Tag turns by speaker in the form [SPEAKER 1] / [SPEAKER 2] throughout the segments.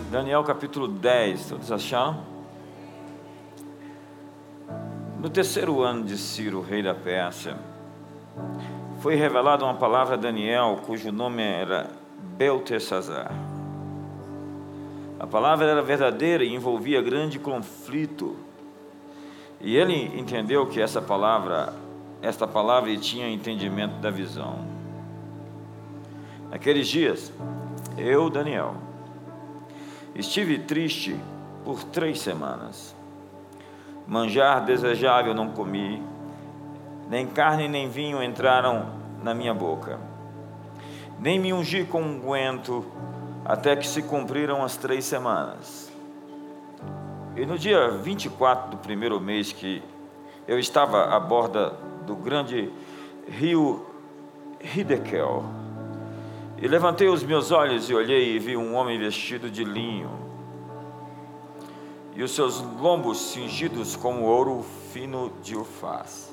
[SPEAKER 1] Daniel capítulo 10, todos acharam? No terceiro ano de Ciro, rei da Pérsia, foi revelada uma palavra a Daniel, cujo nome era Beltesazar. A palavra era verdadeira e envolvia grande conflito. E ele entendeu que esta palavra tinha entendimento da visão. Naqueles dias, eu, Daniel, estive triste por 3 semanas. Manjar desejável não comi, nem carne nem vinho entraram na minha boca. Nem me ungi com unguento, até que se cumpriram as 3 semanas. E no dia 24 do primeiro mês, que eu estava à borda do grande rio Hidekel, e levantei os meus olhos e olhei e vi um homem vestido de linho, e os seus lombos cingidos com ouro fino de Ufaz,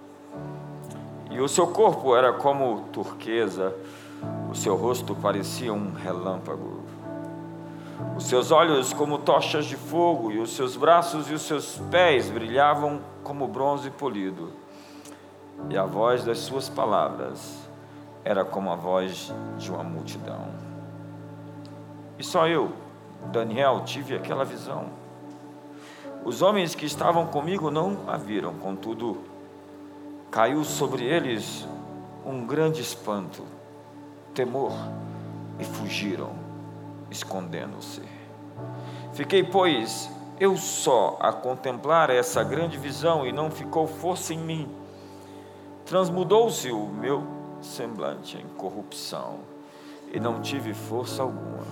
[SPEAKER 1] e o seu corpo era como turquesa, o seu rosto parecia um relâmpago, os seus olhos como tochas de fogo, e os seus braços e os seus pés brilhavam como bronze polido, e a voz das suas palavras era como a voz de uma multidão. E só eu, Daniel, tive aquela visão. Os homens que estavam comigo não a viram, contudo, caiu sobre eles um grande espanto, temor, e fugiram, escondendo-se. Fiquei, pois, eu só a contemplar essa grande visão, e não ficou força em mim. Transmudou-se o meu semblante em corrupção, e não tive força alguma.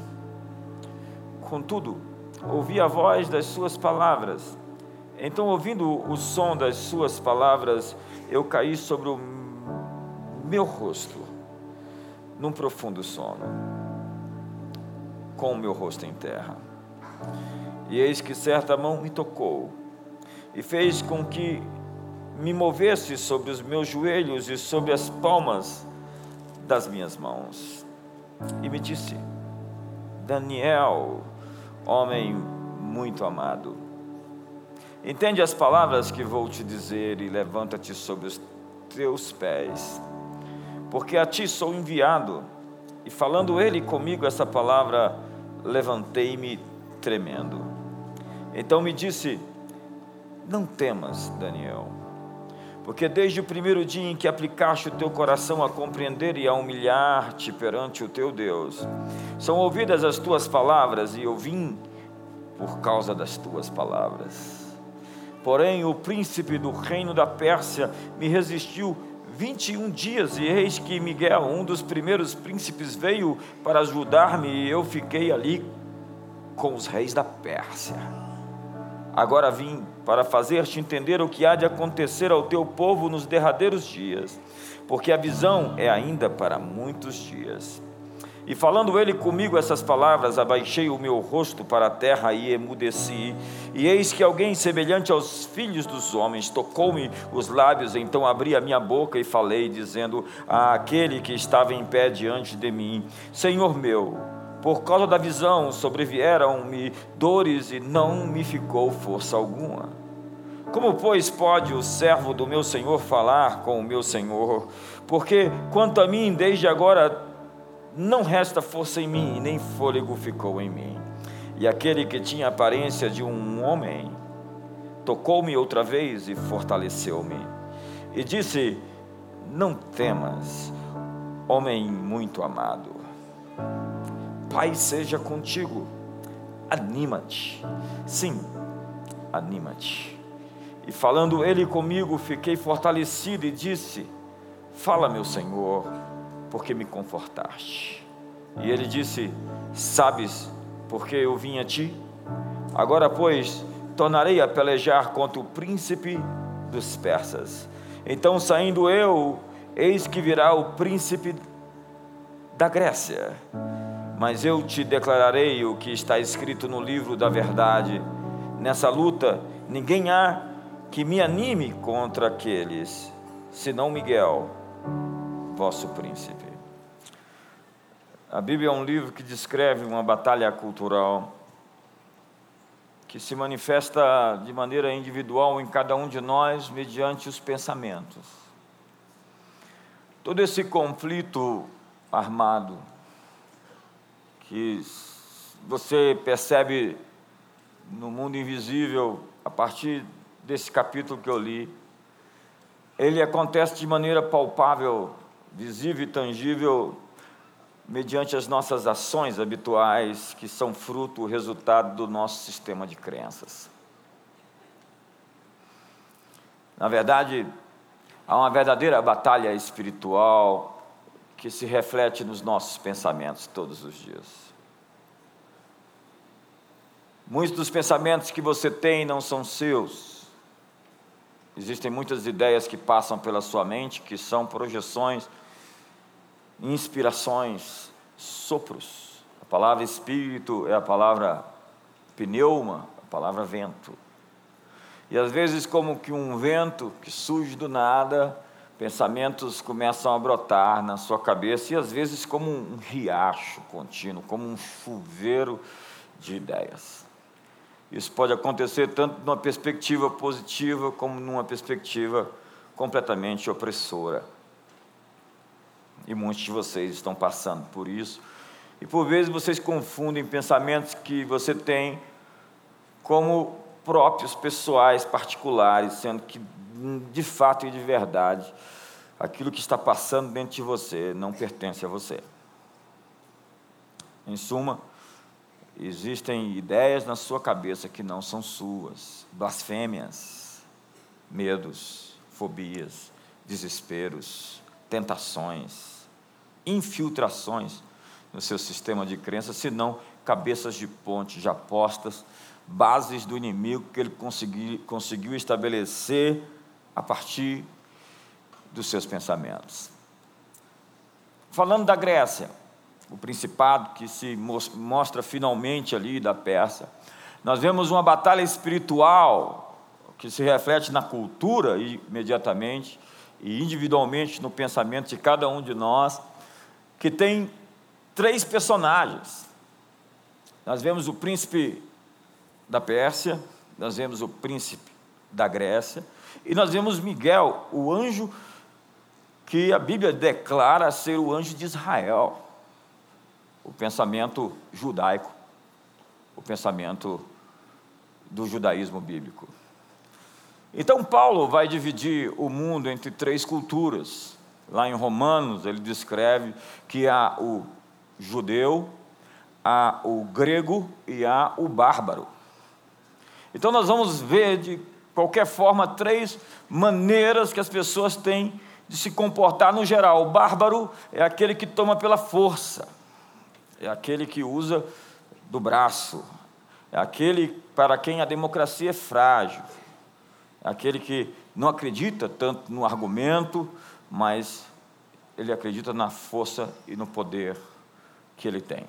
[SPEAKER 1] Contudo, ouvi a voz das suas palavras. Então, ouvindo o som das suas palavras, eu caí sobre o meu rosto, num profundo sono, com o meu rosto em terra. E eis que certa mão me tocou, e fez com que me movesse sobre os meus joelhos e sobre as palmas das minhas mãos, e me disse: Daniel, homem muito amado, entende as palavras que vou te dizer, e levanta-te sobre os teus pés, porque a ti sou enviado. E falando ele comigo essa palavra, levantei-me tremendo. Então me disse: não temas, Daniel, porque desde o primeiro dia em que aplicaste o teu coração a compreender e a humilhar-te perante o teu Deus, são ouvidas as tuas palavras, e eu vim por causa das tuas palavras. Porém, o príncipe do reino da Pérsia me resistiu 21 dias, e eis que Miguel, um dos primeiros príncipes, veio para ajudar-me, e eu fiquei ali com os reis da Pérsia. Agora vim para fazer-te entender o que há de acontecer ao teu povo nos derradeiros dias, porque a visão é ainda para muitos dias. E falando ele comigo essas palavras, abaixei o meu rosto para a terra e emudeci. E eis que alguém semelhante aos filhos dos homens tocou-me os lábios. Então abri a minha boca e falei, dizendo àquele que estava em pé diante de mim: Senhor meu, por causa da visão sobrevieram-me dores, e não me ficou força alguma. Como, pois, pode o servo do meu Senhor falar com o meu Senhor? Porque, quanto a mim, desde agora não resta força em mim, e nem fôlego ficou em mim. E aquele que tinha a aparência de um homem tocou-me outra vez e fortaleceu-me, e disse: não temas, homem muito amado, Pai seja contigo, anima-te. Sim, anima-te. E falando ele comigo, fiquei fortalecido e disse: fala, meu Senhor, porque me confortaste. E ele disse: sabes porque eu vim a ti? Agora, pois, tornarei a pelejar contra o príncipe dos persas. Então, saindo eu, eis que virá o príncipe da Grécia. Mas eu te declararei o que está escrito no livro da verdade. Nessa luta, ninguém há que me anime contra aqueles, senão Miguel, vosso príncipe. A Bíblia é um livro que descreve uma batalha cultural que se manifesta de maneira individual em cada um de nós mediante os pensamentos. Todo esse conflito armado que você percebe no mundo invisível a partir desse capítulo que eu li, ele acontece de maneira palpável, visível e tangível mediante as nossas ações habituais, que são fruto, resultado do nosso sistema de crenças. Na verdade, há uma verdadeira batalha espiritual que se reflete nos nossos pensamentos todos os dias. Muitos dos pensamentos que você tem não são seus. Existem muitas ideias que passam pela sua mente, que são projeções, inspirações, sopros. A palavra espírito é a palavra pneuma, a palavra vento. E às vezes, como que um vento que surge do nada, pensamentos começam a brotar na sua cabeça, e às vezes como um riacho contínuo, como um chuveiro de ideias. Isso pode acontecer tanto numa perspectiva positiva, como numa perspectiva completamente opressora. E muitos de vocês estão passando por isso. E por vezes vocês confundem pensamentos que você tem como próprios, pessoais, particulares, sendo que, de fato e de verdade, aquilo que está passando dentro de você não pertence a você. Em suma, existem ideias na sua cabeça que não são suas, blasfêmias, medos, fobias, desesperos, tentações, infiltrações no seu sistema de crença, senão cabeças de ponte já postas, bases do inimigo que ele conseguiu estabelecer a partir dos seus pensamentos. Falando da Grécia, o principado que se mostra finalmente ali da Pérsia, nós vemos uma batalha espiritual que se reflete na cultura imediatamente e individualmente no pensamento de cada um de nós, que tem 3 personagens. Nós vemos o príncipe da Pérsia, nós vemos o príncipe da Grécia, e nós vemos Miguel, o anjo que a Bíblia declara ser o anjo de Israel, o pensamento judaico, o pensamento do judaísmo bíblico. Então Paulo vai dividir o mundo entre 3 culturas. Lá em Romanos ele descreve que há o judeu, há o grego e há o bárbaro. Então nós vamos ver de qualquer forma 3 maneiras que as pessoas têm de se comportar no geral. O bárbaro é aquele que toma pela força, é aquele que usa do braço, é aquele para quem a democracia é frágil, é aquele que não acredita tanto no argumento, mas ele acredita na força e no poder que ele tem.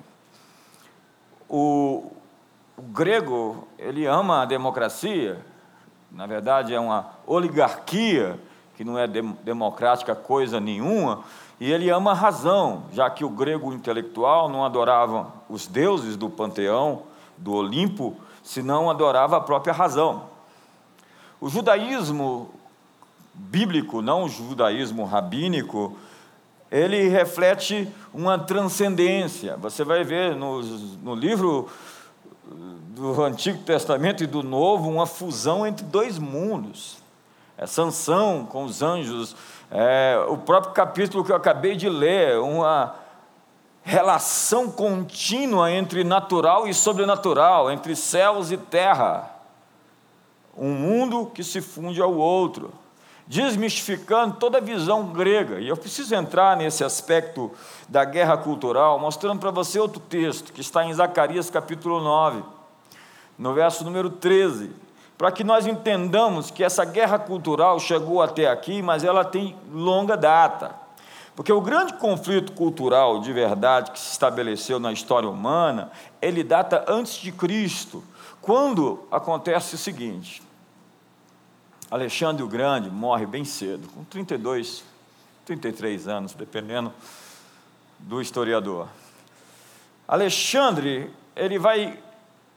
[SPEAKER 1] O grego, ele ama a democracia, na verdade é uma oligarquia, que não é democrática coisa nenhuma, e ele ama a razão, já que o grego intelectual não adorava os deuses do panteão, do Olimpo, senão adorava a própria razão. O judaísmo bíblico, não o judaísmo rabínico, ele reflete uma transcendência. Você vai ver no livro do Antigo Testamento e do Novo uma fusão entre 2 mundos. É Sansão com os anjos, o próprio capítulo que eu acabei de ler, uma relação contínua entre natural e sobrenatural, entre céus e terra. Um mundo que se funde ao outro, desmistificando toda a visão grega. E eu preciso entrar nesse aspecto da guerra cultural, mostrando para você outro texto, que está em Zacarias capítulo 9, no verso número 13, para que nós entendamos que essa guerra cultural chegou até aqui, mas ela tem longa data. Porque o grande conflito cultural de verdade que se estabeleceu na história humana, ele data antes de Cristo, quando acontece o seguinte: Alexandre o Grande morre bem cedo, com 32, 33 anos, dependendo do historiador. Alexandre, ele vai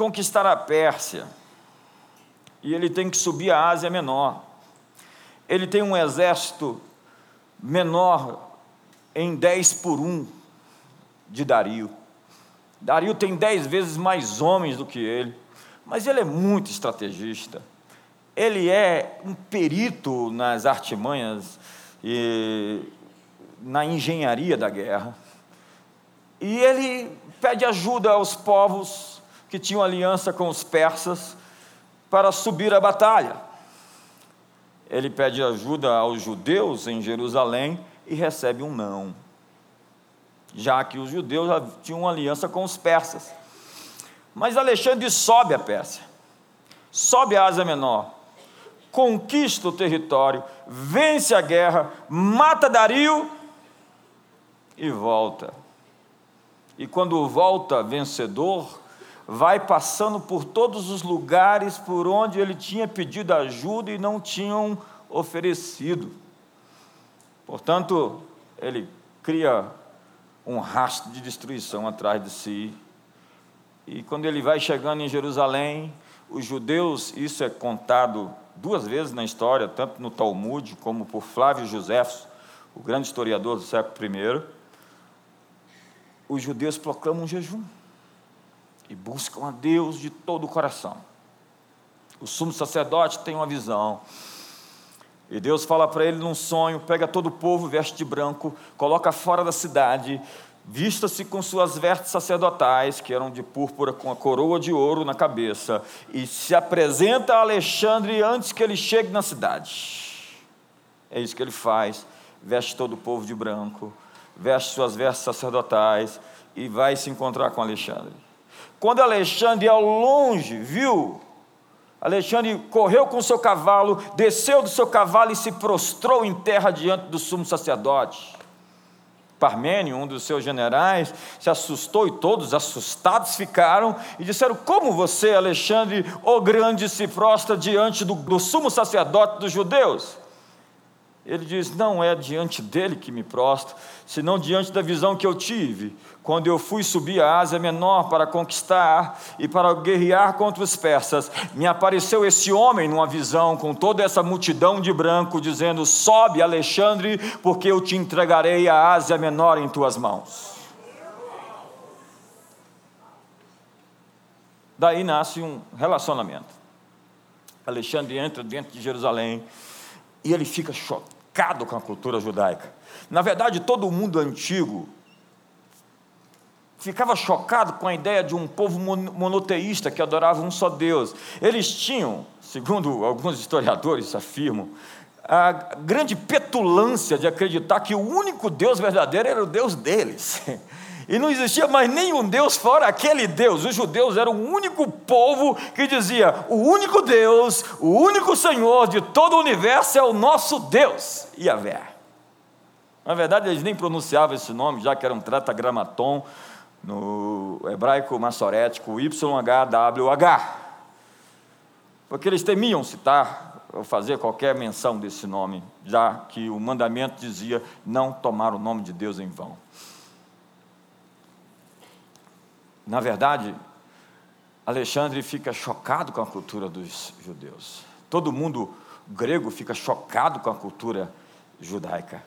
[SPEAKER 1] conquistar a Pérsia, e ele tem que subir a Ásia Menor. Ele tem um exército menor em 10-1 de Dario. Dario tem 10 vezes mais homens do que ele, mas ele é muito estrategista. Ele é um perito nas artimanhas e na engenharia da guerra. E ele pede ajuda aos povos que tinham aliança com os persas para subir a batalha. Ele pede ajuda aos judeus em Jerusalém e recebe um não, já que os judeus já tinham uma aliança com os persas. Mas Alexandre sobe a Pérsia, sobe a Ásia Menor, conquista o território, vence a guerra, mata Dario e volta. E quando volta vencedor, vai passando por todos os lugares por onde ele tinha pedido ajuda e não tinham oferecido. Portanto, ele cria um rastro de destruição atrás de si. E quando ele vai chegando em Jerusalém, os judeus, isso é contado 2 vezes na história, tanto no Talmud como por Flávio Joséfo, o grande historiador do século I, os judeus proclamam um jejum e buscam a Deus de todo o coração. O sumo sacerdote tem uma visão, e Deus fala para ele num sonho: pega todo o povo, veste de branco, coloca fora da cidade, vista-se com suas vestes sacerdotais, que eram de púrpura, com a coroa de ouro na cabeça, e se apresenta a Alexandre antes que ele chegue na cidade. É isso que ele faz: veste todo o povo de branco, veste suas vestes sacerdotais e vai se encontrar com Alexandre. Quando Alexandre ao longe viu, Alexandre correu com o seu cavalo, desceu do seu cavalo e se prostrou em terra diante do sumo sacerdote. Parmênio, um dos seus generais, se assustou, e todos assustados ficaram e disseram: como você, Alexandre, o grande, se prostra diante do sumo sacerdote dos judeus? Ele diz: não é diante dele que me prostro, senão diante da visão que eu tive, quando eu fui subir a Ásia Menor para conquistar e para guerrear contra os persas. Me apareceu esse homem numa visão, com toda essa multidão de branco, dizendo: sobe, Alexandre, porque eu te entregarei a Ásia Menor em tuas mãos. Daí nasce um relacionamento. Alexandre entra dentro de Jerusalém e ele fica chocado com a cultura judaica. Na verdade, todo o mundo antigo ficava chocado com a ideia de um povo monoteísta que adorava um só Deus. Eles tinham, segundo alguns historiadores afirmam, a grande petulância de acreditar que o único Deus verdadeiro era o Deus deles. E não existia mais nenhum Deus fora aquele Deus. Os judeus eram o único povo que dizia: o único Deus, o único Senhor de todo o universo é o nosso Deus, Yahvé. Na verdade, eles nem pronunciavam esse nome, já que era um tetragramaton no hebraico massorético, YHWH, porque eles temiam citar ou fazer qualquer menção desse nome, já que o mandamento dizia: não tomar o nome de Deus em vão. Na verdade, Alexandre fica chocado com a cultura dos judeus. Todo mundo grego fica chocado com a cultura judaica.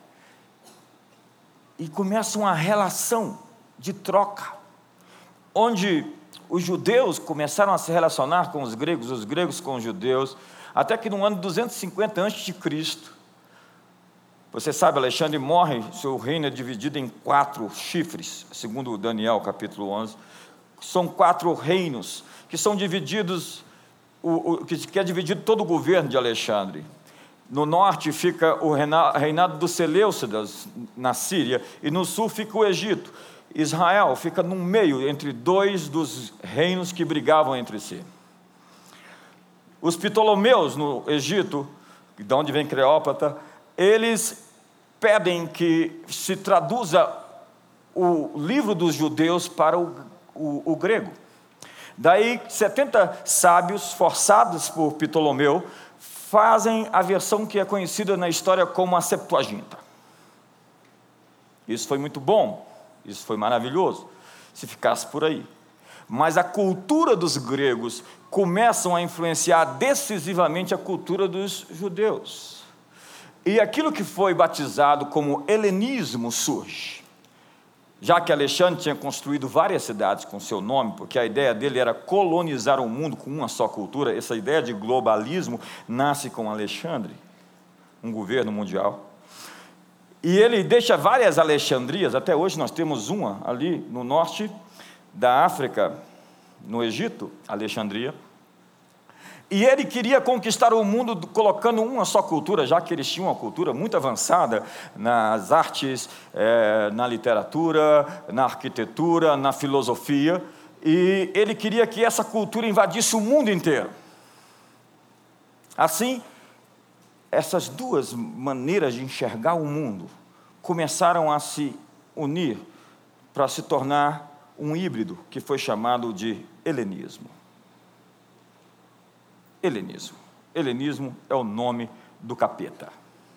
[SPEAKER 1] E começa uma relação de troca, onde os judeus começaram a se relacionar com os gregos com os judeus, até que no ano 250 a.C., você sabe, Alexandre morre, seu reino é dividido em 4 chifres, segundo Daniel, capítulo 11, são 4 reinos, que são divididos, que é dividido todo o governo de Alexandre. No norte fica o reinado dos Seleucidas, na Síria, e no sul fica o Egito. Israel fica no meio, entre 2 dos reinos que brigavam entre si. Os Ptolomeus, no Egito, de onde vem Cleópatra, eles pedem que se traduza o livro dos judeus para o grego. Daí 70 sábios, forçados por Ptolomeu, fazem a versão que é conhecida na história como a Septuaginta. Isso foi muito bom, isso foi maravilhoso, se ficasse por aí. mas a cultura dos gregos começam a influenciar decisivamente a cultura dos judeus. E aquilo que foi batizado como helenismo surge. Já que Alexandre tinha construído várias cidades com seu nome, porque a ideia dele era colonizar o mundo com uma só cultura, essa ideia de globalismo nasce com Alexandre, um governo mundial. E ele deixa várias Alexandrias, até hoje nós temos uma ali no norte da África, no Egito, Alexandria. E ele queria conquistar o mundo colocando uma só cultura, já que eles tinham uma cultura muito avançada nas artes, na literatura, na arquitetura, na filosofia, e ele queria que essa cultura invadisse o mundo inteiro. Assim, essas duas maneiras de enxergar o mundo começaram a se unir para se tornar um híbrido que foi chamado de helenismo. Helenismo. Helenismo é o nome do capeta.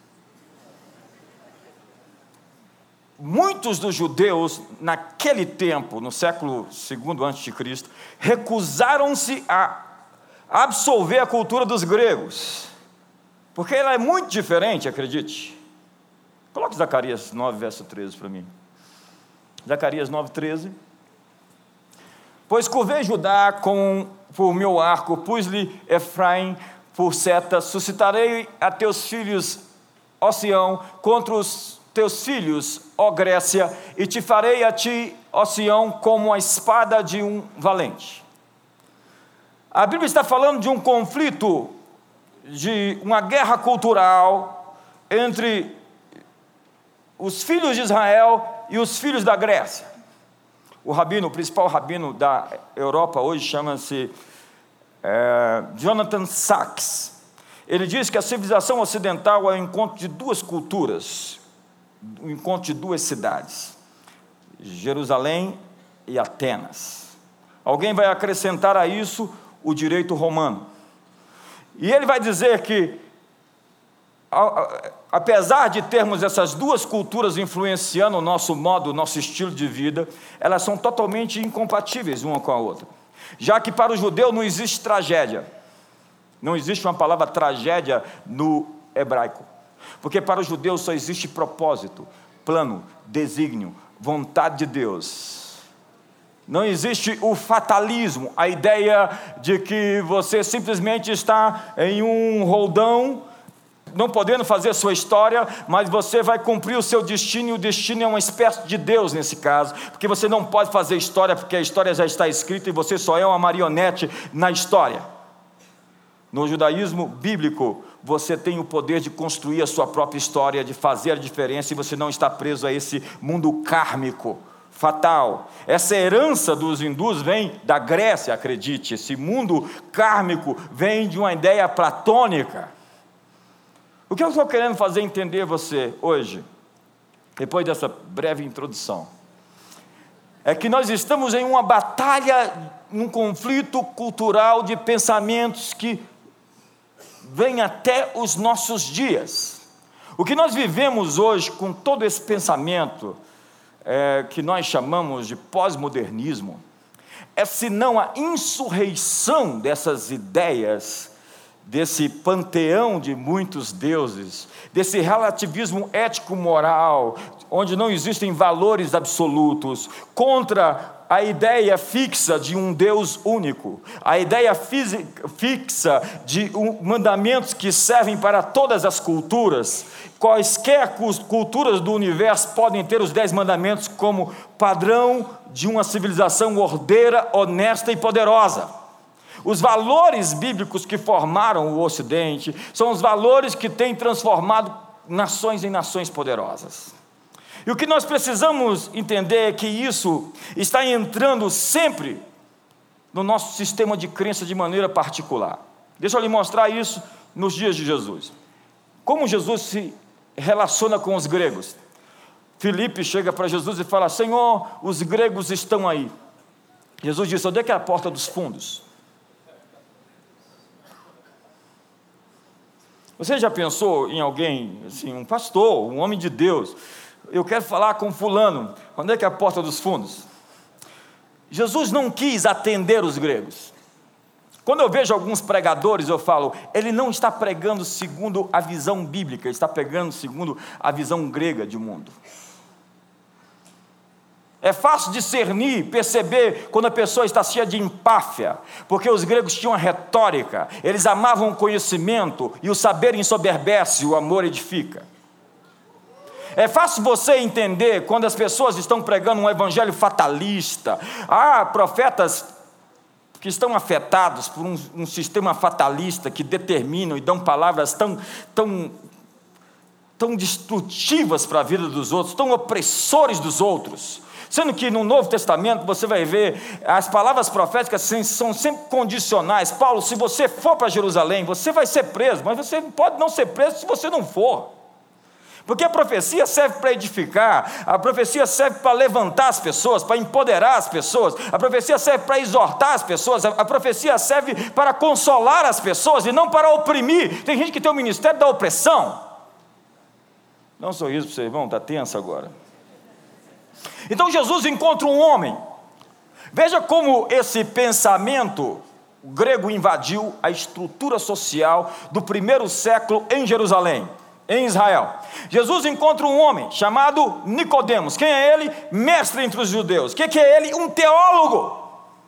[SPEAKER 1] Muitos dos judeus, naquele tempo, no século II a.C., recusaram-se a absorver a cultura dos gregos, porque ela é muito diferente, acredite. Coloque Zacarias 9, verso 13 para mim. Zacarias 9, 13. Pois curvei Judá por meu arco, pus-lhe Efraim por seta, suscitarei a teus filhos, ó Sião, contra os teus filhos, ó Grécia, e te farei a ti, ó Sião, como a espada de um valente. A Bíblia está falando de um conflito, de uma guerra cultural entre os filhos de Israel e os filhos da Grécia. O principal rabino da Europa hoje chama-se Jonathan Sacks. Ele diz que a civilização ocidental é o encontro de duas culturas, o encontro de duas cidades, Jerusalém e Atenas. Alguém vai acrescentar a isso o direito romano. E ele vai dizer que, apesar de termos essas duas culturas influenciando o nosso modo, o nosso estilo de vida, elas são totalmente incompatíveis uma com a outra. Já que para o judeu não existe tragédia. Não existe uma palavra tragédia no hebraico. Porque para o judeu só existe propósito, plano, desígnio, vontade de Deus. Não existe o fatalismo, a ideia de que você simplesmente está em um roldão, não podendo fazer a sua história, mas você vai cumprir o seu destino, e o destino é uma espécie de Deus nesse caso, porque você não pode fazer história, porque a história já está escrita e você só é uma marionete na história. No judaísmo bíblico, você tem o poder de construir a sua própria história, de fazer a diferença, e você não está preso a esse mundo kármico, fatal. Essa herança dos hindus vem da Grécia, acredite. Esse mundo kármico vem de uma ideia platônica. O que eu estou querendo fazer entender você hoje, depois dessa breve introdução, é que nós estamos em uma batalha, um conflito cultural de pensamentos que vem até os nossos dias. O que nós vivemos hoje com todo esse pensamento que nós chamamos de pós-modernismo, é senão a insurreição dessas ideias, desse panteão de muitos deuses, desse relativismo ético-moral, onde não existem valores absolutos, contra a ideia fixa de um Deus único, a ideia fixa de mandamentos que servem para todas as culturas. Quaisquer culturas do universo podem ter os 10 mandamentos como padrão de uma civilização ordeira, honesta e poderosa. Os valores bíblicos que formaram o Ocidente são os valores que têm transformado nações em nações poderosas. E o que nós precisamos entender é que isso está entrando sempre no nosso sistema de crença de maneira particular. Deixa eu lhe mostrar isso nos dias de Jesus. Como Jesus se relaciona com os gregos? Filipe chega para Jesus e fala: Senhor, os gregos estão aí. Jesus disse: onde é que é a porta dos fundos? Você já pensou em alguém, assim, um pastor, um homem de Deus? Eu quero falar com fulano, onde é que é a porta dos fundos? Jesus não quis atender os gregos. Quando eu vejo alguns pregadores, eu falo, ele não está pregando segundo a visão bíblica, ele está pregando segundo a visão grega de mundo. É fácil discernir, perceber quando a pessoa está cheia de empáfia, porque os gregos tinham a retórica, eles amavam o conhecimento, e o saber ensoberbece, o amor edifica. É fácil você entender quando as pessoas estão pregando um evangelho fatalista. Há profetas que estão afetados por um sistema fatalista, que determinam e dão palavras tão destrutivas para a vida dos outros, tão opressores dos outros. Sendo que no Novo Testamento você vai ver, as palavras proféticas são sempre condicionais. Paulo, se você for para Jerusalém, você vai ser preso, mas você pode não ser preso se você não for. Porque a profecia serve para edificar, a profecia serve para levantar as pessoas, para empoderar as pessoas, a profecia serve para exortar as pessoas, a profecia serve para consolar as pessoas e não para oprimir. Tem gente que tem o ministério da opressão. Dá um sorriso para você, irmão, está tenso agora. Então Jesus encontra um homem. Veja como esse pensamento grego invadiu a estrutura social do primeiro século em Jerusalém, em Israel. Jesus encontra um homem chamado Nicodemos. Quem é ele? Mestre entre os judeus. O que é ele? Um teólogo.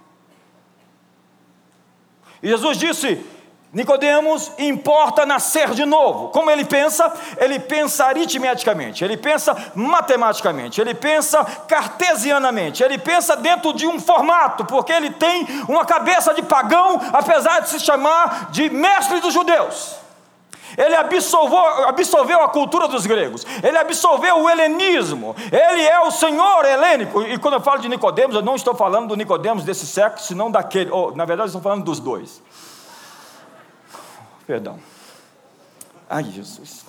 [SPEAKER 1] E Jesus disse: Nicodemos, importa nascer de novo. Como ele pensa? Ele pensa aritmeticamente, ele pensa matematicamente, ele pensa cartesianamente, ele pensa dentro de um formato, porque ele tem uma cabeça de pagão, apesar de se chamar de mestre dos judeus. Ele absorveu a cultura dos gregos, ele absorveu o helenismo, ele é o senhor helênico. E quando eu falo de Nicodemos, eu não estou falando do Nicodemos desse século, senão daquele, na verdade eu estou falando dos dois. Perdão. Ai, Jesus.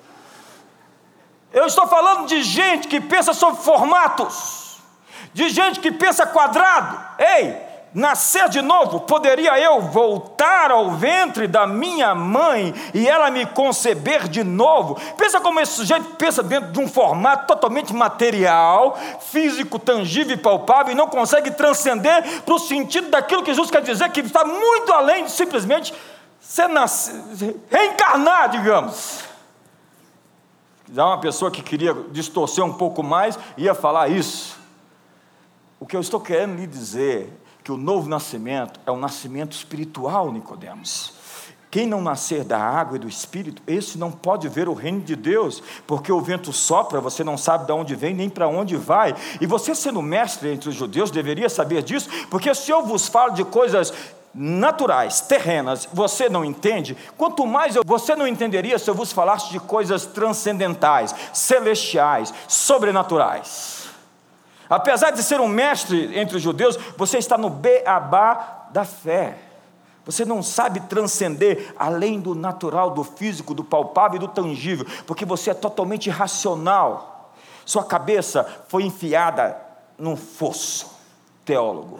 [SPEAKER 1] Eu estou falando de gente que pensa sobre formatos, de gente que pensa quadrado. Ei, nascer de novo, poderia eu voltar ao ventre da minha mãe e ela me conceber de novo? Pensa como esse sujeito pensa dentro de um formato totalmente material, físico, tangível e palpável, e não consegue transcender para o sentido daquilo que Jesus quer dizer, que está muito além de simplesmente reencarnar, digamos. Já uma pessoa que queria distorcer um pouco mais, ia falar isso. O que eu estou querendo lhe dizer é que o novo nascimento é um nascimento espiritual, Nicodemos. Quem não nascer da água e do Espírito, esse não pode ver o reino de Deus, porque o vento sopra, você não sabe de onde vem nem para onde vai. E você, sendo mestre entre os judeus, deveria saber disso, porque se eu vos falo de coisas naturais, terrenas, você não entende. Quanto mais você não entenderia se eu vos falasse de coisas transcendentais, celestiais, sobrenaturais. Apesar de ser um mestre entre os judeus, você está no beabá da fé. Você não sabe transcender além do natural, do físico, do palpável e do tangível, porque você é totalmente irracional. Sua cabeça foi enfiada num fosso. Teólogo.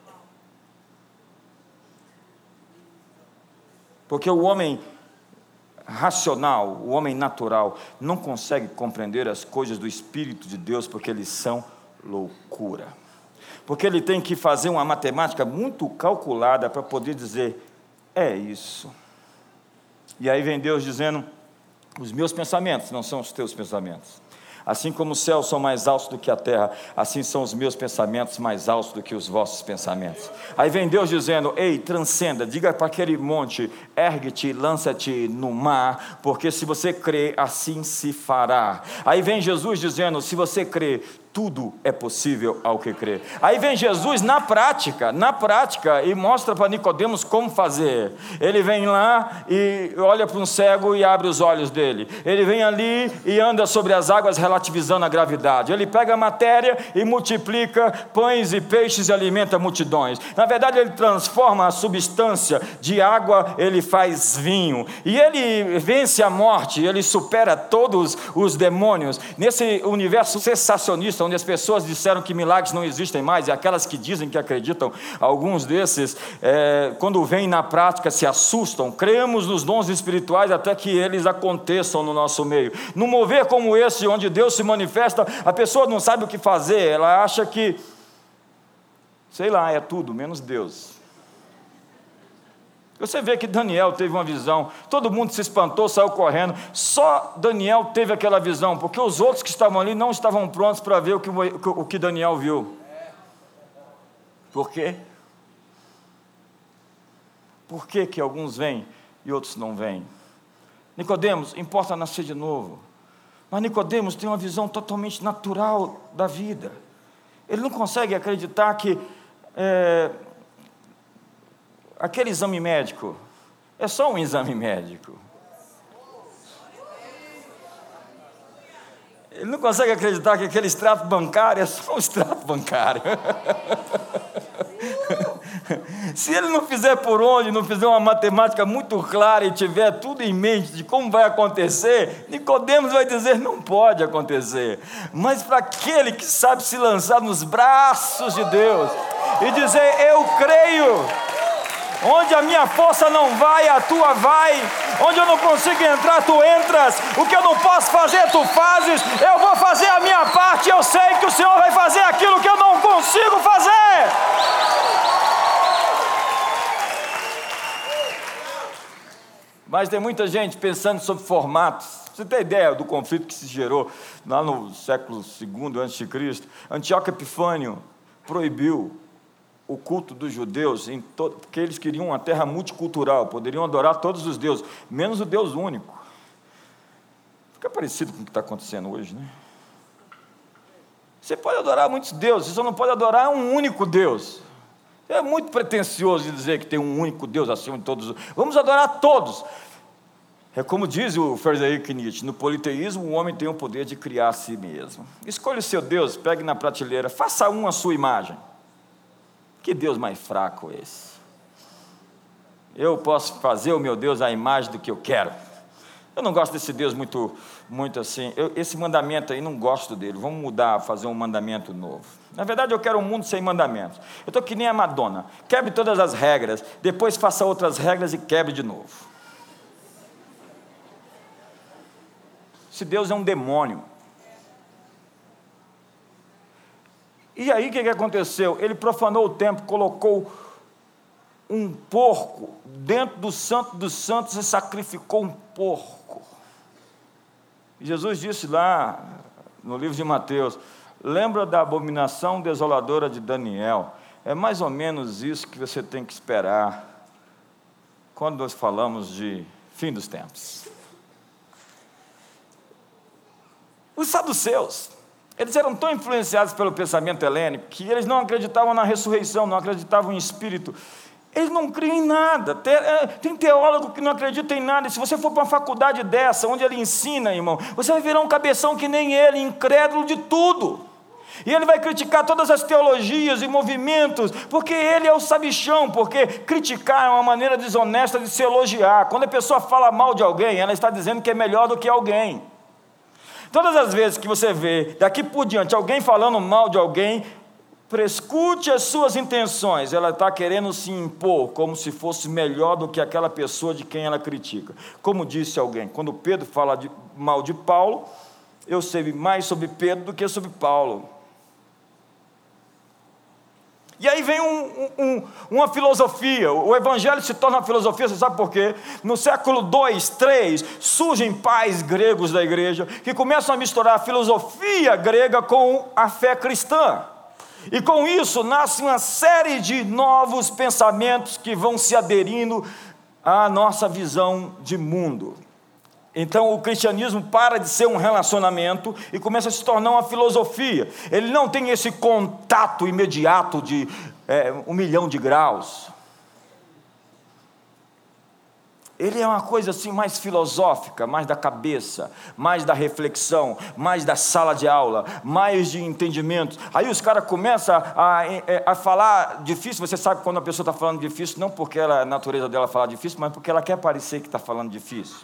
[SPEAKER 1] Porque o homem racional, o homem natural, não consegue compreender as coisas do Espírito de Deus, porque eles são loucura. Porque ele tem que fazer uma matemática muito calculada para poder dizer, é isso. E aí vem Deus dizendo, os meus pensamentos não são os teus pensamentos. Assim como os céus são mais altos do que a terra, assim são os meus pensamentos mais altos do que os vossos pensamentos. Aí vem Deus dizendo, ei, transcenda, diga para aquele monte, ergue-te e lança-te no mar, porque se você crer, assim se fará. Aí vem Jesus dizendo, se você crer, tudo é possível ao que crê. Aí vem Jesus na prática, e mostra para Nicodemos como fazer. Ele vem lá e olha para um cego e abre os olhos dele. Ele vem ali e anda sobre as águas relativizando a gravidade. Ele pega a matéria e multiplica pães e peixes e alimenta multidões. Na verdade, ele transforma a substância de água, ele faz vinho. E ele vence a morte, ele supera todos os demônios. Nesse universo sensacionista, onde as pessoas disseram que milagres não existem mais, e aquelas que dizem que acreditam, alguns desses, quando vêm na prática, se assustam. Cremos nos dons espirituais até que eles aconteçam no nosso meio. Num mover como esse, onde Deus se manifesta, a pessoa não sabe o que fazer, ela acha que Sei lá, é tudo, menos Deus. Você vê que Daniel teve uma visão, todo mundo se espantou, saiu correndo, só Daniel teve aquela visão, porque os outros que estavam ali não estavam prontos para ver o que Daniel viu. Por quê? Por que que alguns vêm e outros não vêm? Nicodemos, importa nascer de novo. Mas Nicodemos tem uma visão totalmente natural da vida. Ele não consegue acreditar que aquele exame médico é só um exame médico. Ele não consegue acreditar que aquele extrato bancário é só um extrato bancário. Se ele não fizer por onde, não fizer uma matemática muito clara e tiver tudo em mente de como vai acontecer, Nicodemos vai dizer, não pode acontecer. Mas para aquele que sabe se lançar nos braços de Deus e dizer, eu creio, onde a minha força não vai, a tua vai. Onde eu não consigo entrar, tu entras. O que eu não posso fazer, tu fazes. Eu vou fazer a minha parte. Eu sei que o Senhor vai fazer aquilo que eu não consigo fazer. Mas tem muita gente pensando sobre formatos. Você tem ideia do conflito que se gerou lá no século II a.C.? Antíoco Epifânio proibiu o culto dos judeus, porque eles queriam uma terra multicultural, poderiam adorar todos os deuses, menos o Deus único. Fica parecido com o que está acontecendo hoje, né? Você pode adorar muitos deuses, você só não pode adorar um único Deus. É muito pretensioso dizer que tem um único Deus acima de todos. Vamos adorar todos. É como diz o Friedrich Nietzsche, no politeísmo o homem tem o poder de criar a si mesmo. Escolha o seu Deus, pegue na prateleira, faça um à sua imagem. Que Deus mais fraco é esse? Eu posso fazer o meu Deus à imagem do que eu quero. Eu não gosto desse Deus muito assim. Esse mandamento aí, não gosto dele. Vamos mudar, fazer um mandamento novo. Na verdade, eu quero um mundo sem mandamentos. Eu estou que nem a Madonna. Quebre todas as regras, depois faça outras regras e quebre de novo. Esse Deus é um demônio. E aí o que aconteceu? Ele profanou o templo, colocou um porco dentro do Santo dos Santos e sacrificou um porco. E Jesus disse lá no livro de Mateus, lembra da abominação desoladora de Daniel? É mais ou menos isso que você tem que esperar quando nós falamos de fim dos tempos. Os saduceus, eles eram tão influenciados pelo pensamento helênico que eles não acreditavam na ressurreição, não acreditavam em espírito. Eles não criam em nada. Tem teólogo que não acredita em nada. E se você for para uma faculdade dessa, onde ele ensina, irmão, você vai virar um cabeção que nem ele, incrédulo de tudo. E ele vai criticar todas as teologias e movimentos, porque ele é o sabichão, porque criticar é uma maneira desonesta de se elogiar. Quando a pessoa fala mal de alguém, ela está dizendo que é melhor do que alguém. Todas as vezes que você vê, daqui por diante, alguém falando mal de alguém, prescute as suas intenções. Ela está querendo se impor como se fosse melhor do que aquela pessoa de quem ela critica. Como disse alguém, quando Pedro fala mal de Paulo, eu sei mais sobre Pedro do que sobre Paulo. E aí vem uma filosofia, o evangelho se torna uma filosofia, você sabe por quê? No século 2, 3, surgem pais gregos da igreja, que começam a misturar a filosofia grega com a fé cristã. E com isso nasce uma série de novos pensamentos que vão se aderindo à nossa visão de mundo. Então o cristianismo para de ser um relacionamento e começa a se tornar uma filosofia. Ele não tem esse contato imediato de 1 milhão de graus. Ele é uma coisa assim mais filosófica, mais da cabeça, mais da reflexão, mais da sala de aula, mais de entendimento. Aí os caras começam a falar difícil. Você sabe quando a pessoa está falando difícil, não porque a natureza dela falar difícil, mas porque ela quer parecer que está falando difícil.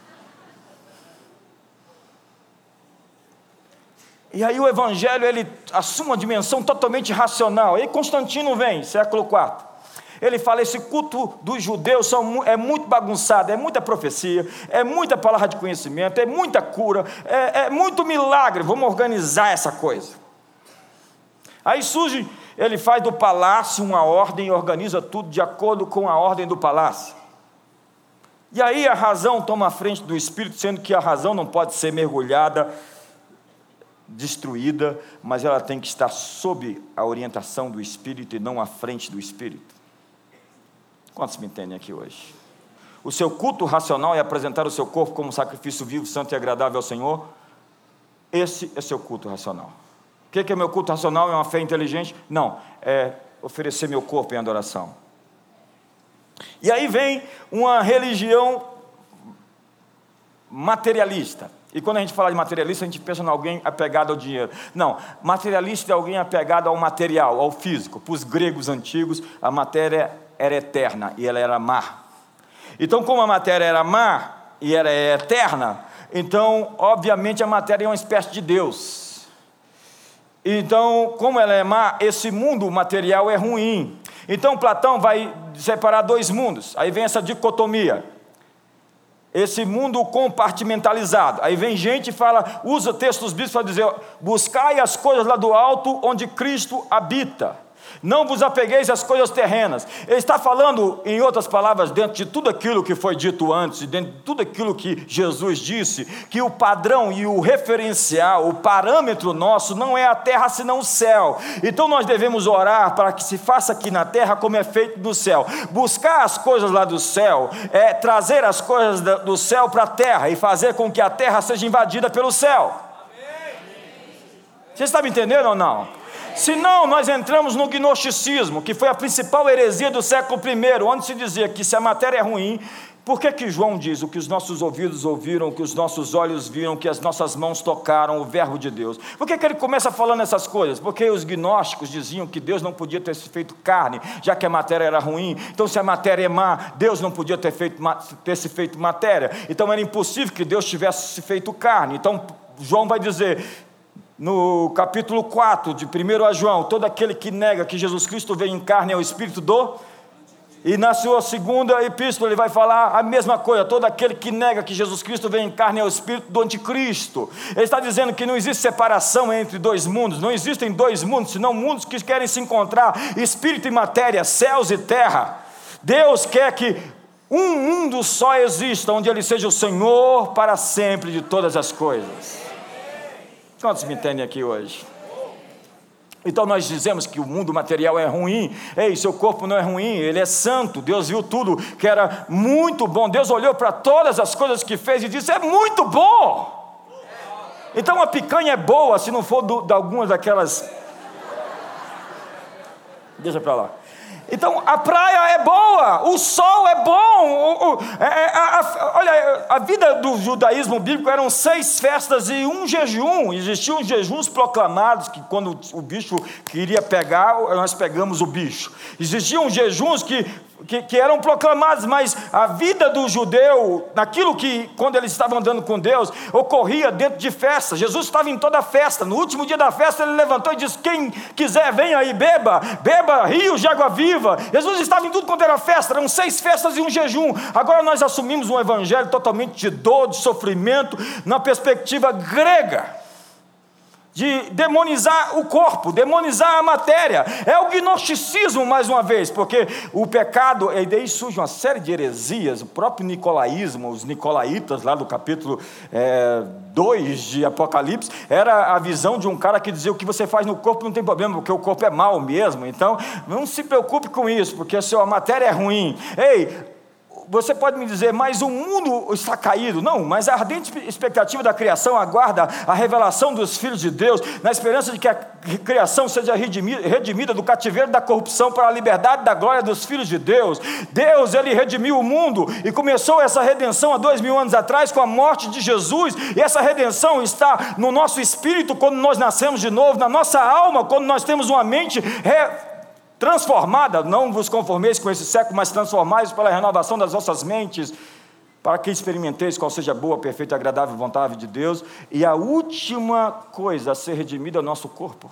[SPEAKER 1] E aí o evangelho, ele assume uma dimensão totalmente racional. Aí Constantino vem, século IV. Ele fala, esse culto dos judeus é muito bagunçado, é muita profecia, é muita palavra de conhecimento, é muita cura, é muito milagre, vamos organizar essa coisa. Aí surge, ele faz do palácio uma ordem e organiza tudo de acordo com a ordem do palácio. E aí a razão toma a frente do espírito, sendo que a razão não pode ser mergulhada, destruída, mas ela tem que estar sob a orientação do espírito e não à frente do espírito. Quantos me entendem aqui hoje? O seu culto racional é apresentar o seu corpo como sacrifício vivo, santo e agradável ao Senhor. Esse é seu culto racional. O que é meu culto racional? É uma fé inteligente? Não, é oferecer meu corpo em adoração. E aí vem uma religião materialista. E quando a gente fala de materialista, a gente pensa em alguém apegado ao dinheiro. Não, materialista é alguém apegado ao material, ao físico. Para os gregos antigos, a matéria era eterna e ela era má. Então, como a matéria era má e era eterna, então, obviamente, a matéria é uma espécie de Deus. Então, como ela é má, esse mundo material é ruim. Então, Platão vai separar dois mundos. Aí vem essa dicotomia. Esse mundo compartimentalizado. Aí vem gente e fala, usa textos bíblicos para dizer, buscai as coisas lá do alto, onde Cristo habita. Não vos apegueis às coisas terrenas. Ele está falando, em outras palavras, dentro de tudo aquilo que foi dito antes, dentro de tudo aquilo que Jesus disse, que o padrão e o referencial, o parâmetro nosso não é a terra senão o céu. Então nós devemos orar para que se faça aqui na terra como é feito no céu. Buscar as coisas lá do céu é trazer as coisas do céu para a terra e fazer com que a terra seja invadida pelo céu. Você está me entendendo ou não? Senão nós entramos no gnosticismo, que foi a principal heresia do século I, onde se dizia que se a matéria é ruim, por que João diz o que os nossos ouvidos ouviram, o que os nossos olhos viram, que as nossas mãos tocaram, o verbo de Deus? Por que ele começa falando essas coisas? Porque os gnósticos diziam que Deus não podia ter se feito carne, já que a matéria era ruim. Então se a matéria é má, Deus não podia ter se feito matéria. Então era impossível que Deus tivesse se feito carne. Então João vai dizer, no capítulo 4 de 1 João, todo aquele que nega que Jesus Cristo veio em carne é o espírito do... E na sua segunda epístola ele vai falar a mesma coisa, todo aquele que nega que Jesus Cristo veio em carne é o espírito do anticristo. Ele está dizendo que não existe separação entre dois mundos, não existem dois mundos, senão mundos que querem se encontrar, espírito e matéria, céus e terra. Deus quer que um mundo só exista, onde Ele seja o Senhor para sempre de todas as coisas. Quantos me entendem aqui hoje? Então nós dizemos que o mundo material é ruim. Ei, seu corpo não é ruim, ele é santo. Deus viu tudo que era muito bom. Deus olhou para todas as coisas que fez e disse, é muito bom. Então a picanha é boa, se não for de algumas daquelas... Deixa para lá. Então a praia é boa, o sol é bom. Olha, a vida do judaísmo bíblico eram 6 festas e um jejum. Existiam jejuns proclamados, que quando o bicho queria pegar, nós pegamos o bicho. Existiam jejuns que eram proclamados, mas a vida do judeu, naquilo que, quando eles estavam andando com Deus, ocorria dentro de festa. Jesus estava em toda a festa. No último dia da festa, ele levantou e disse, quem quiser, venha aí, beba rios de água viva. Jesus estava em tudo quanto era festa, eram 6 festas e um jejum. Agora nós assumimos um evangelho totalmente de dor, de sofrimento, na perspectiva grega, de demonizar o corpo, demonizar a matéria. É o gnosticismo mais uma vez, porque o pecado, e daí surge uma série de heresias, o próprio nicolaísmo, os nicolaítas lá do capítulo 2 de Apocalipse, era a visão de um cara que dizia, o que você faz no corpo não tem problema, porque o corpo é mau mesmo, então não se preocupe com isso, porque a sua matéria é ruim. Ei, você pode me dizer, mas o mundo está caído. Não, mas a ardente expectativa da criação aguarda a revelação dos filhos de Deus, na esperança de que a criação seja redimida do cativeiro da corrupção para a liberdade da glória dos filhos de Deus. Deus, Ele redimiu o mundo e começou essa redenção há 2000 anos atrás com a morte de Jesus, e essa redenção está no nosso espírito quando nós nascemos de novo, na nossa alma quando nós temos uma mente transformada. Não vos conformeis com esse século, mas transformais pela renovação das vossas mentes, para que experimenteis qual seja a boa, perfeita e agradável vontade de Deus. E a última coisa a ser redimida é o nosso corpo.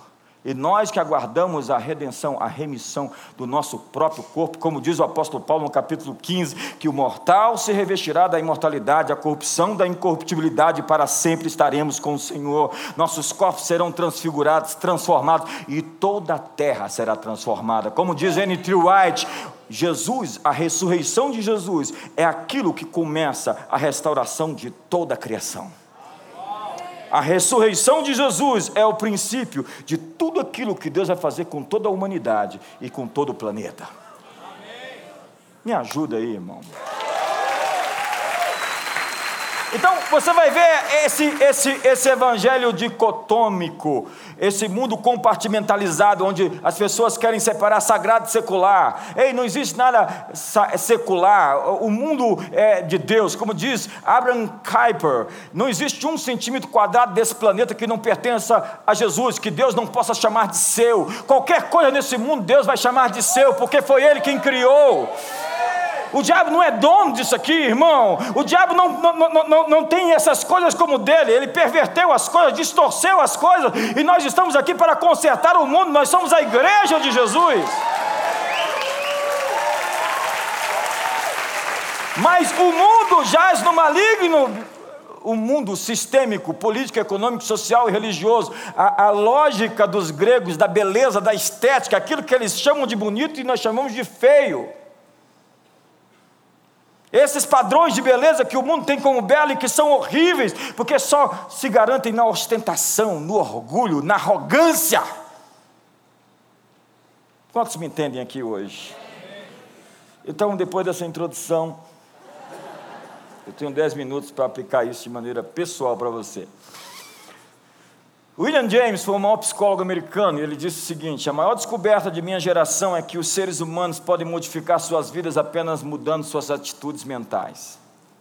[SPEAKER 1] E nós que aguardamos a redenção, a remissão do nosso próprio corpo, como diz o apóstolo Paulo no capítulo 15, que o mortal se revestirá da imortalidade, a corrupção da incorruptibilidade, e para sempre estaremos com o Senhor. Nossos corpos serão transfigurados, transformados, e toda a terra será transformada. Como diz N.T. Wright, Jesus, a ressurreição de Jesus, é aquilo que começa a restauração de toda a criação. A ressurreição de Jesus é o princípio de tudo aquilo que Deus vai fazer com toda a humanidade e com todo o planeta. Me ajuda aí, irmão. Então, você vai ver esse evangelho dicotômico, esse mundo compartimentalizado, onde as pessoas querem separar sagrado e secular. Ei, não existe nada secular. O mundo é de Deus, como diz Abraham Kuyper. Não existe 1 centímetro quadrado desse planeta que não pertença a Jesus, que Deus não possa chamar de seu. Qualquer coisa nesse mundo, Deus vai chamar de seu, porque foi Ele quem criou. O diabo não é dono disso aqui, irmão. O diabo não tem essas coisas como dele. Ele perverteu as coisas, distorceu as coisas. E nós estamos aqui para consertar o mundo. Nós somos a igreja de Jesus. Mas o mundo jaz no maligno. O mundo sistêmico, político, econômico, social e religioso. A lógica dos gregos, da beleza, da estética, aquilo que eles chamam de bonito e nós chamamos de feio. Esses padrões de beleza que o mundo tem como belo e que são horríveis, porque só se garantem na ostentação, no orgulho, na arrogância. Quantos me entendem aqui hoje? Então, depois dessa introdução, eu tenho 10 minutos para aplicar isso de maneira pessoal para você. William James foi o maior psicólogo americano, e ele disse o seguinte: a maior descoberta de minha geração é que os seres humanos podem modificar suas vidas apenas mudando suas atitudes mentais.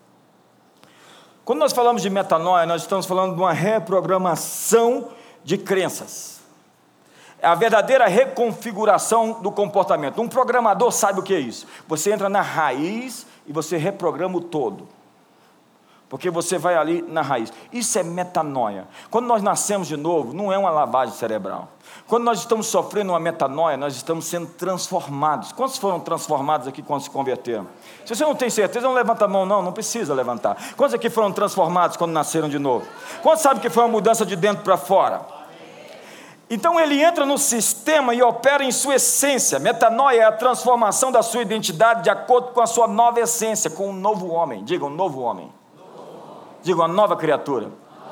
[SPEAKER 1] Quando nós falamos de metanoia, nós estamos falando de uma reprogramação de crenças. É a verdadeira reconfiguração do comportamento. Um programador sabe o que é isso. Você entra na raiz e você reprograma o todo. Porque você vai ali na raiz. Isso é metanoia. Quando nós nascemos de novo, não é uma lavagem cerebral. Quando nós estamos sofrendo uma metanoia, nós estamos sendo transformados. Quantos foram transformados aqui quando se converteram? Se você não tem certeza, não levanta a mão, não precisa levantar. Quantos aqui foram transformados quando nasceram de novo? Quantos sabem que foi uma mudança de dentro para fora? Então ele entra no sistema e opera em sua essência. Metanoia é a transformação da sua identidade de acordo com a sua nova essência, com um novo homem. Diga, um novo homem. Diga, uma nova criatura.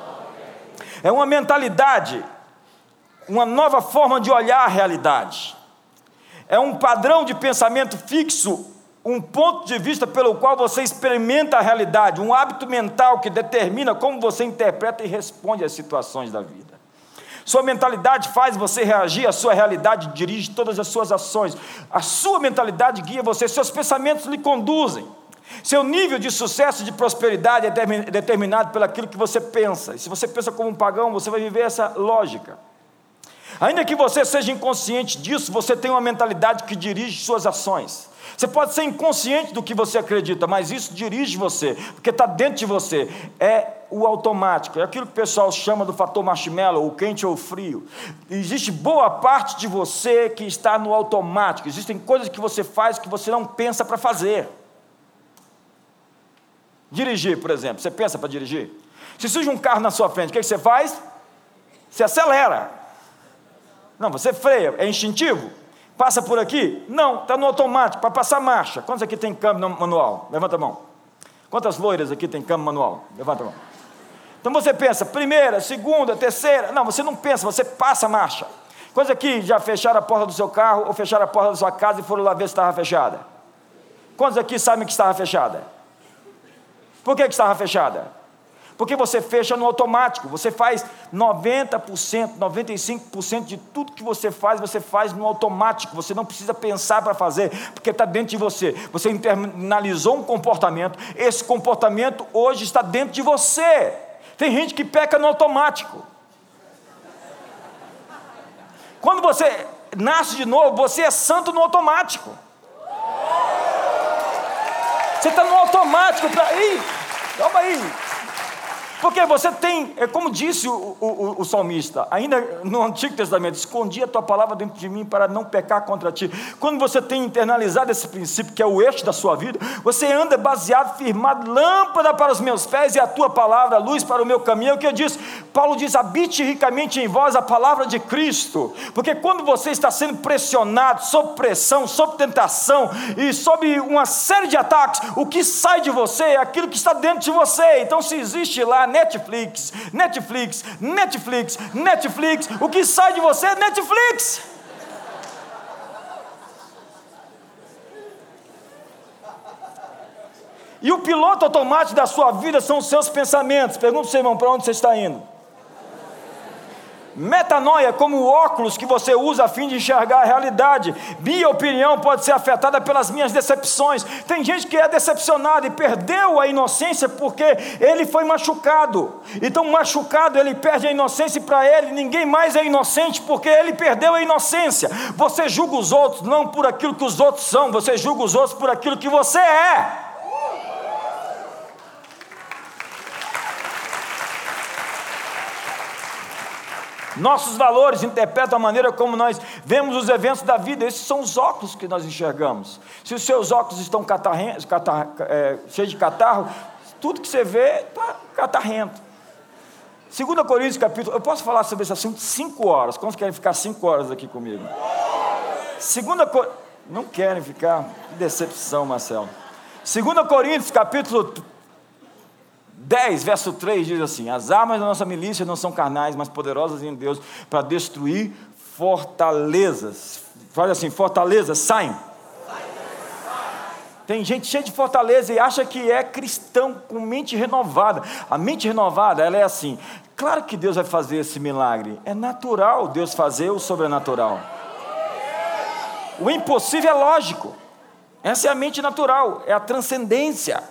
[SPEAKER 1] É uma mentalidade, uma nova forma de olhar a realidade. É um padrão de pensamento fixo, um ponto de vista pelo qual você experimenta a realidade, um hábito mental que determina como você interpreta e responde às situações da vida. Sua mentalidade faz você reagir, a sua realidade dirige todas as suas ações. A sua mentalidade guia você, seus pensamentos lhe conduzem. Seu nível de sucesso e de prosperidade é determinado pelo aquilo que você pensa. E se você pensa como um pagão, você vai viver essa lógica. Ainda que você seja inconsciente disso, você tem uma mentalidade que dirige suas ações. Você pode ser inconsciente do que você acredita, mas isso dirige você, porque está dentro de você. É o automático, é aquilo que o pessoal chama do fator marshmallow, o quente ou o frio. Existe boa parte de você que está no automático. Existem coisas que você faz que você não pensa para fazer. Dirigir, por exemplo, você pensa para dirigir? Se surge um carro na sua frente, o que você faz? Você acelera. Não, você freia, é instintivo. Passa por aqui? Não, está no automático, para passar marcha. Quantos aqui tem câmbio manual? Levanta a mão. Quantas loiras aqui tem câmbio manual? Levanta a mão. Então você pensa, primeira, segunda, terceira. Não, você não pensa, você passa a marcha. Quantos aqui já fecharam a porta do seu carro ou fecharam a porta da sua casa e foram lá ver se estava fechada? Quantos aqui sabem que estava fechada? Por que estava fechada? Porque você fecha no automático. Você faz 90%, 95% de tudo que você faz no automático. Você não precisa pensar para fazer, porque está dentro de você. Você internalizou um comportamento. Esse comportamento hoje está dentro de você. Tem gente que peca no automático. Quando você nasce de novo, você é santo no automático. Você está no automático. Calma aí. Porque você tem, é como disse o salmista, ainda no Antigo Testamento: escondi a tua palavra dentro de mim para não pecar contra ti. Quando você tem internalizado esse princípio, que é o eixo da sua vida, você anda baseado, firmado, lâmpada para os meus pés e a tua palavra, luz para o meu caminho. É o que eu disse. Paulo diz: habite ricamente em vós a palavra de Cristo. Porque quando você está sendo pressionado, sob pressão, sob tentação e sob uma série de ataques, o que sai de você é aquilo que está dentro de você. Então, se existe lá Netflix, o que sai de você é Netflix. E o piloto automático da sua vida são os seus pensamentos. Pergunta para o seu irmão: para onde você está indo? Metanoia, como o óculos que você usa a fim de enxergar a realidade. Minha opinião pode ser afetada pelas minhas decepções. Tem gente que é decepcionada e perdeu a inocência porque ele foi machucado. Então, machucado, ele perde a inocência, e para ele ninguém mais é inocente porque ele perdeu a inocência. Você julga os outros não por aquilo que os outros são, você julga os outros por aquilo que você é. Nossos valores interpretam a maneira como nós vemos os eventos da vida. Esses são os óculos que nós enxergamos. Se os seus óculos estão cheios de catarro, tudo que você vê está catarrento. 2 Coríntios capítulo... Eu posso falar sobre esse assunto 5 horas. Quantos querem ficar 5 horas aqui comigo? Não querem ficar? Que decepção, Marcelo. 2 Coríntios capítulo 10, verso 3 diz assim: as armas da nossa milícia não são carnais, mas poderosas em Deus para destruir fortalezas. Fala assim: fortalezas saem. Tem gente cheia de fortaleza e acha que é cristão, com mente renovada. A mente renovada, ela é assim: claro que Deus vai fazer esse milagre, é natural Deus fazer o sobrenatural. O impossível é lógico. Essa é a mente natural, é a transcendência.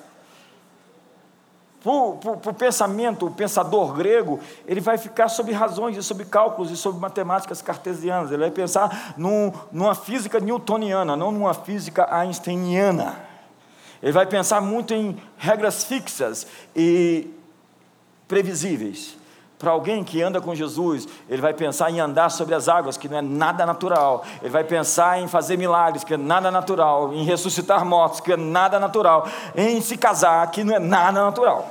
[SPEAKER 1] Para o pensamento, o pensador grego, ele vai ficar sobre razões e sobre cálculos e sobre matemáticas cartesianas. Ele vai pensar numa física newtoniana, não numa física einsteiniana. Ele vai pensar muito em regras fixas e previsíveis. Para alguém que anda com Jesus, ele vai pensar em andar sobre as águas, que não é nada natural. Ele vai pensar em fazer milagres, que é nada natural. Em ressuscitar mortos, que é nada natural. Em se casar, que não é nada natural.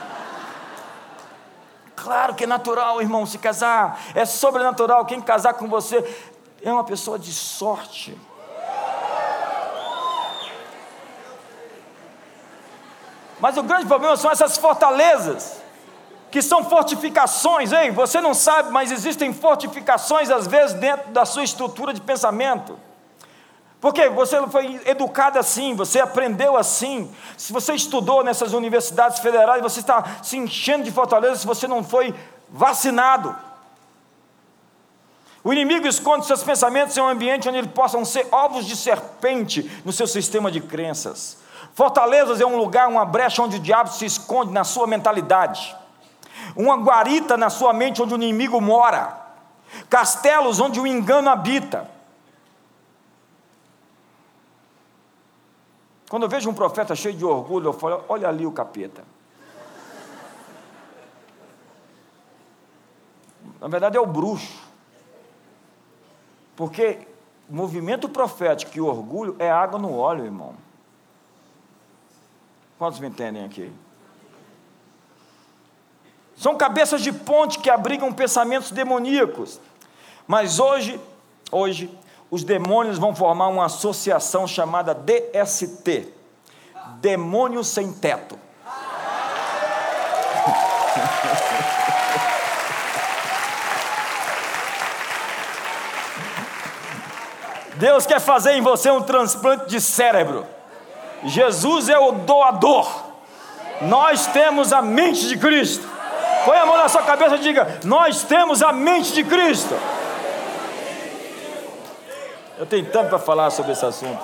[SPEAKER 1] Claro que é natural, irmão, se casar. É sobrenatural. Quem casar com você é uma pessoa de sorte. Mas o grande problema são essas fortalezas, que são fortificações. Ei, você não sabe, mas existem fortificações às vezes dentro da sua estrutura de pensamento. Porque você foi educado assim, você aprendeu assim. Se você estudou nessas universidades federais, você está se enchendo de fortaleza se você não foi vacinado. O inimigo esconde seus pensamentos em um ambiente onde eles possam ser ovos de serpente no seu sistema de crenças. Fortalezas é um lugar, uma brecha onde o diabo se esconde na sua mentalidade. Uma guarita na sua mente onde o inimigo mora. Castelos onde o engano habita. Quando eu vejo um profeta cheio de orgulho, eu falo: olha ali o capeta. Na verdade é o bruxo. Porque o movimento profético e o orgulho é água no óleo, irmão. Quantos me entendem aqui? São cabeças de ponte que abrigam pensamentos demoníacos. Mas hoje, os demônios vão formar uma associação chamada DST. Demônio sem teto. Deus quer fazer em você um transplante de cérebro. Jesus é o doador. Nós temos a mente de Cristo. Põe a mão na sua cabeça e diga: nós temos a mente de Cristo. Eu tenho tanto para falar sobre esse assunto.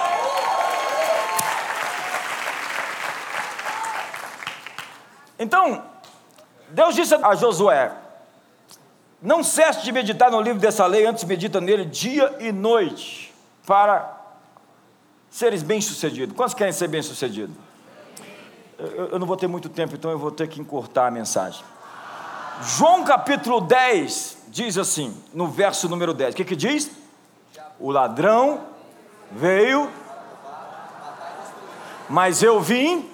[SPEAKER 1] Então, Deus disse a Josué: não cesse de meditar no livro dessa lei, antes medita nele dia e noite, para seres bem-sucedidos. Quantos querem ser bem-sucedidos? Eu não vou ter muito tempo, então eu vou ter que encurtar a mensagem. João capítulo 10 diz assim, no verso número 10, o que diz? O ladrão veio, mas eu vim.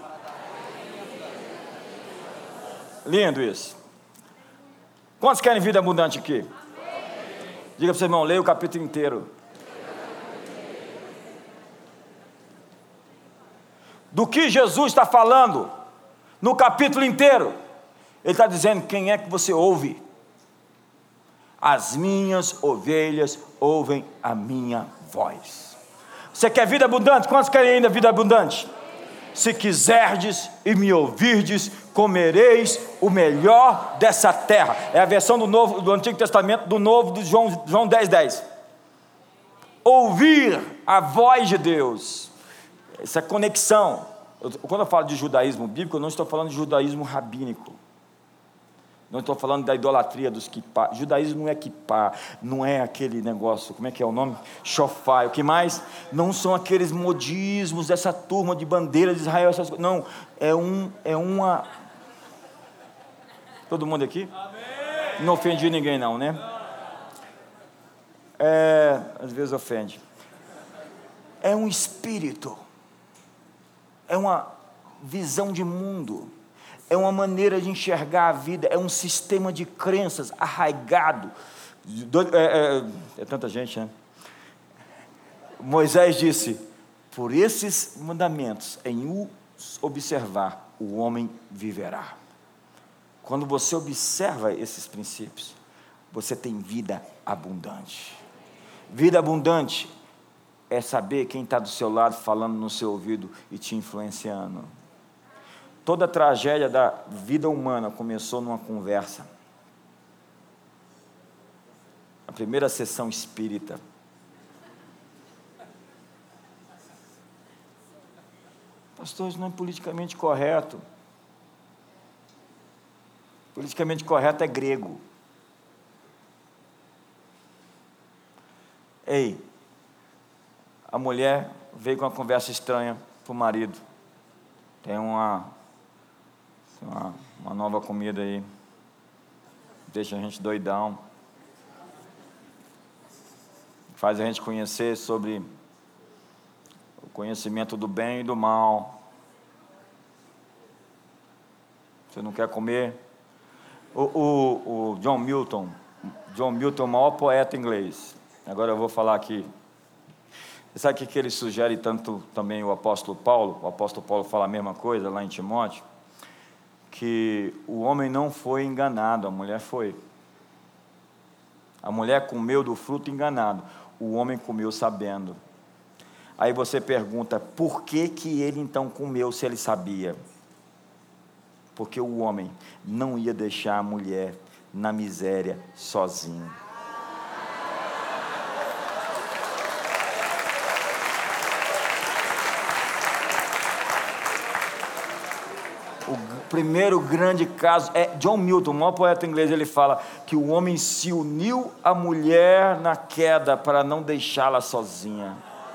[SPEAKER 1] Lindo isso. Quantos querem vida abundante aqui? Diga para o seu irmão, leia o capítulo inteiro. Do que Jesus está falando no capítulo inteiro? Ele está dizendo, quem é que você ouve? As minhas ovelhas ouvem a minha voz. Você quer vida abundante? Quantos querem ainda vida abundante? Se quiserdes e me ouvirdes, comereis o melhor dessa terra. É a versão do Antigo Testamento, do Novo, de João 10:10. Ouvir a voz de Deus, essa conexão. Quando eu falo de judaísmo bíblico, eu não estou falando de judaísmo rabínico. Não estou falando da idolatria dos kippá. Judaísmo não é kippá, não é aquele negócio, como é que é o nome? Shofar. O que mais? Não são aqueles modismos dessa turma de bandeira de Israel, essas coisas. Não, é uma... Todo mundo aqui? Amém. Não ofendi ninguém não, né? Às vezes ofende. É um espírito. É uma visão de mundo. É uma maneira de enxergar a vida, é um sistema de crenças arraigado. É tanta gente, né? Moisés disse, por esses mandamentos, em os observar, o homem viverá. Quando você observa esses princípios, você tem vida abundante. Vida abundante é saber quem está do seu lado, falando no seu ouvido e te influenciando. Toda a tragédia da vida humana começou numa conversa. A primeira sessão espírita. Pastor, isso não é politicamente correto. Politicamente correto é grego. Ei, a mulher veio com uma conversa estranha para o marido. Tem uma nova comida aí, deixa a gente doidão, faz a gente conhecer sobre o conhecimento do bem e do mal. Você não quer comer? O John Milton, o maior poeta inglês, agora eu vou falar aqui. Você sabe o que ele sugere tanto também o apóstolo Paulo? O apóstolo Paulo fala a mesma coisa lá em Timóteo, que o homem não foi enganado, a mulher foi. A mulher comeu do fruto enganado, o homem comeu sabendo. Aí você pergunta, por que ele então comeu se ele sabia? Porque o homem não ia deixar a mulher na miséria sozinho. O primeiro grande caso é John Milton, o maior poeta inglês, ele fala que o homem se uniu à mulher na queda para não deixá-la sozinha.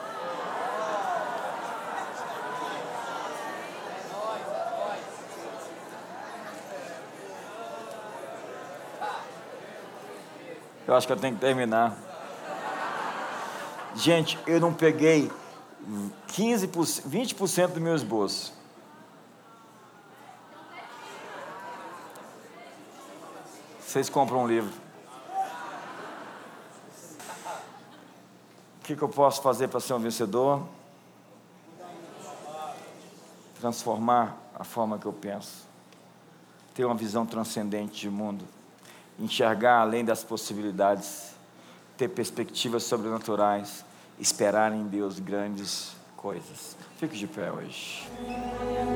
[SPEAKER 1] Eu acho que eu tenho que terminar. Gente, eu não peguei 20% do meu esboço. Vocês compram um livro. O que eu posso fazer para ser um vencedor? Transformar a forma que eu penso. Ter uma visão transcendente de mundo. Enxergar além das possibilidades. Ter perspectivas sobrenaturais. Esperar em Deus grandes coisas. Fique de pé hoje.